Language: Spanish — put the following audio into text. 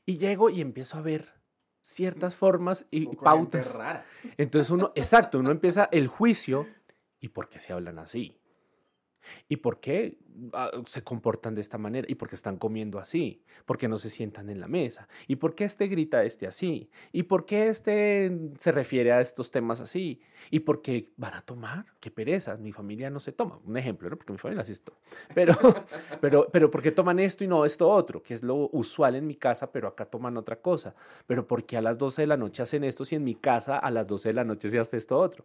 Y llego y empiezo a ver ciertas formas y Como con gente pautas. rara. Entonces uno empieza el juicio. ¿Y por qué se hablan así? ¿Y por qué se comportan de esta manera? ¿Y por qué están comiendo así? ¿Por qué no se sientan en la mesa? ¿Y por qué este grita a este así? ¿Y por qué este se refiere a estos temas así? ¿Y por qué van a tomar? ¡Qué pereza! Mi familia no se toma. Un ejemplo, ¿no? Porque mi familia sí esto. Pero, pero ¿por qué toman esto y no esto otro? Que es lo usual en mi casa, pero acá toman otra cosa. Pero ¿por qué a las 12 de la noche hacen esto si en mi casa a las 12 de la noche se hace esto otro?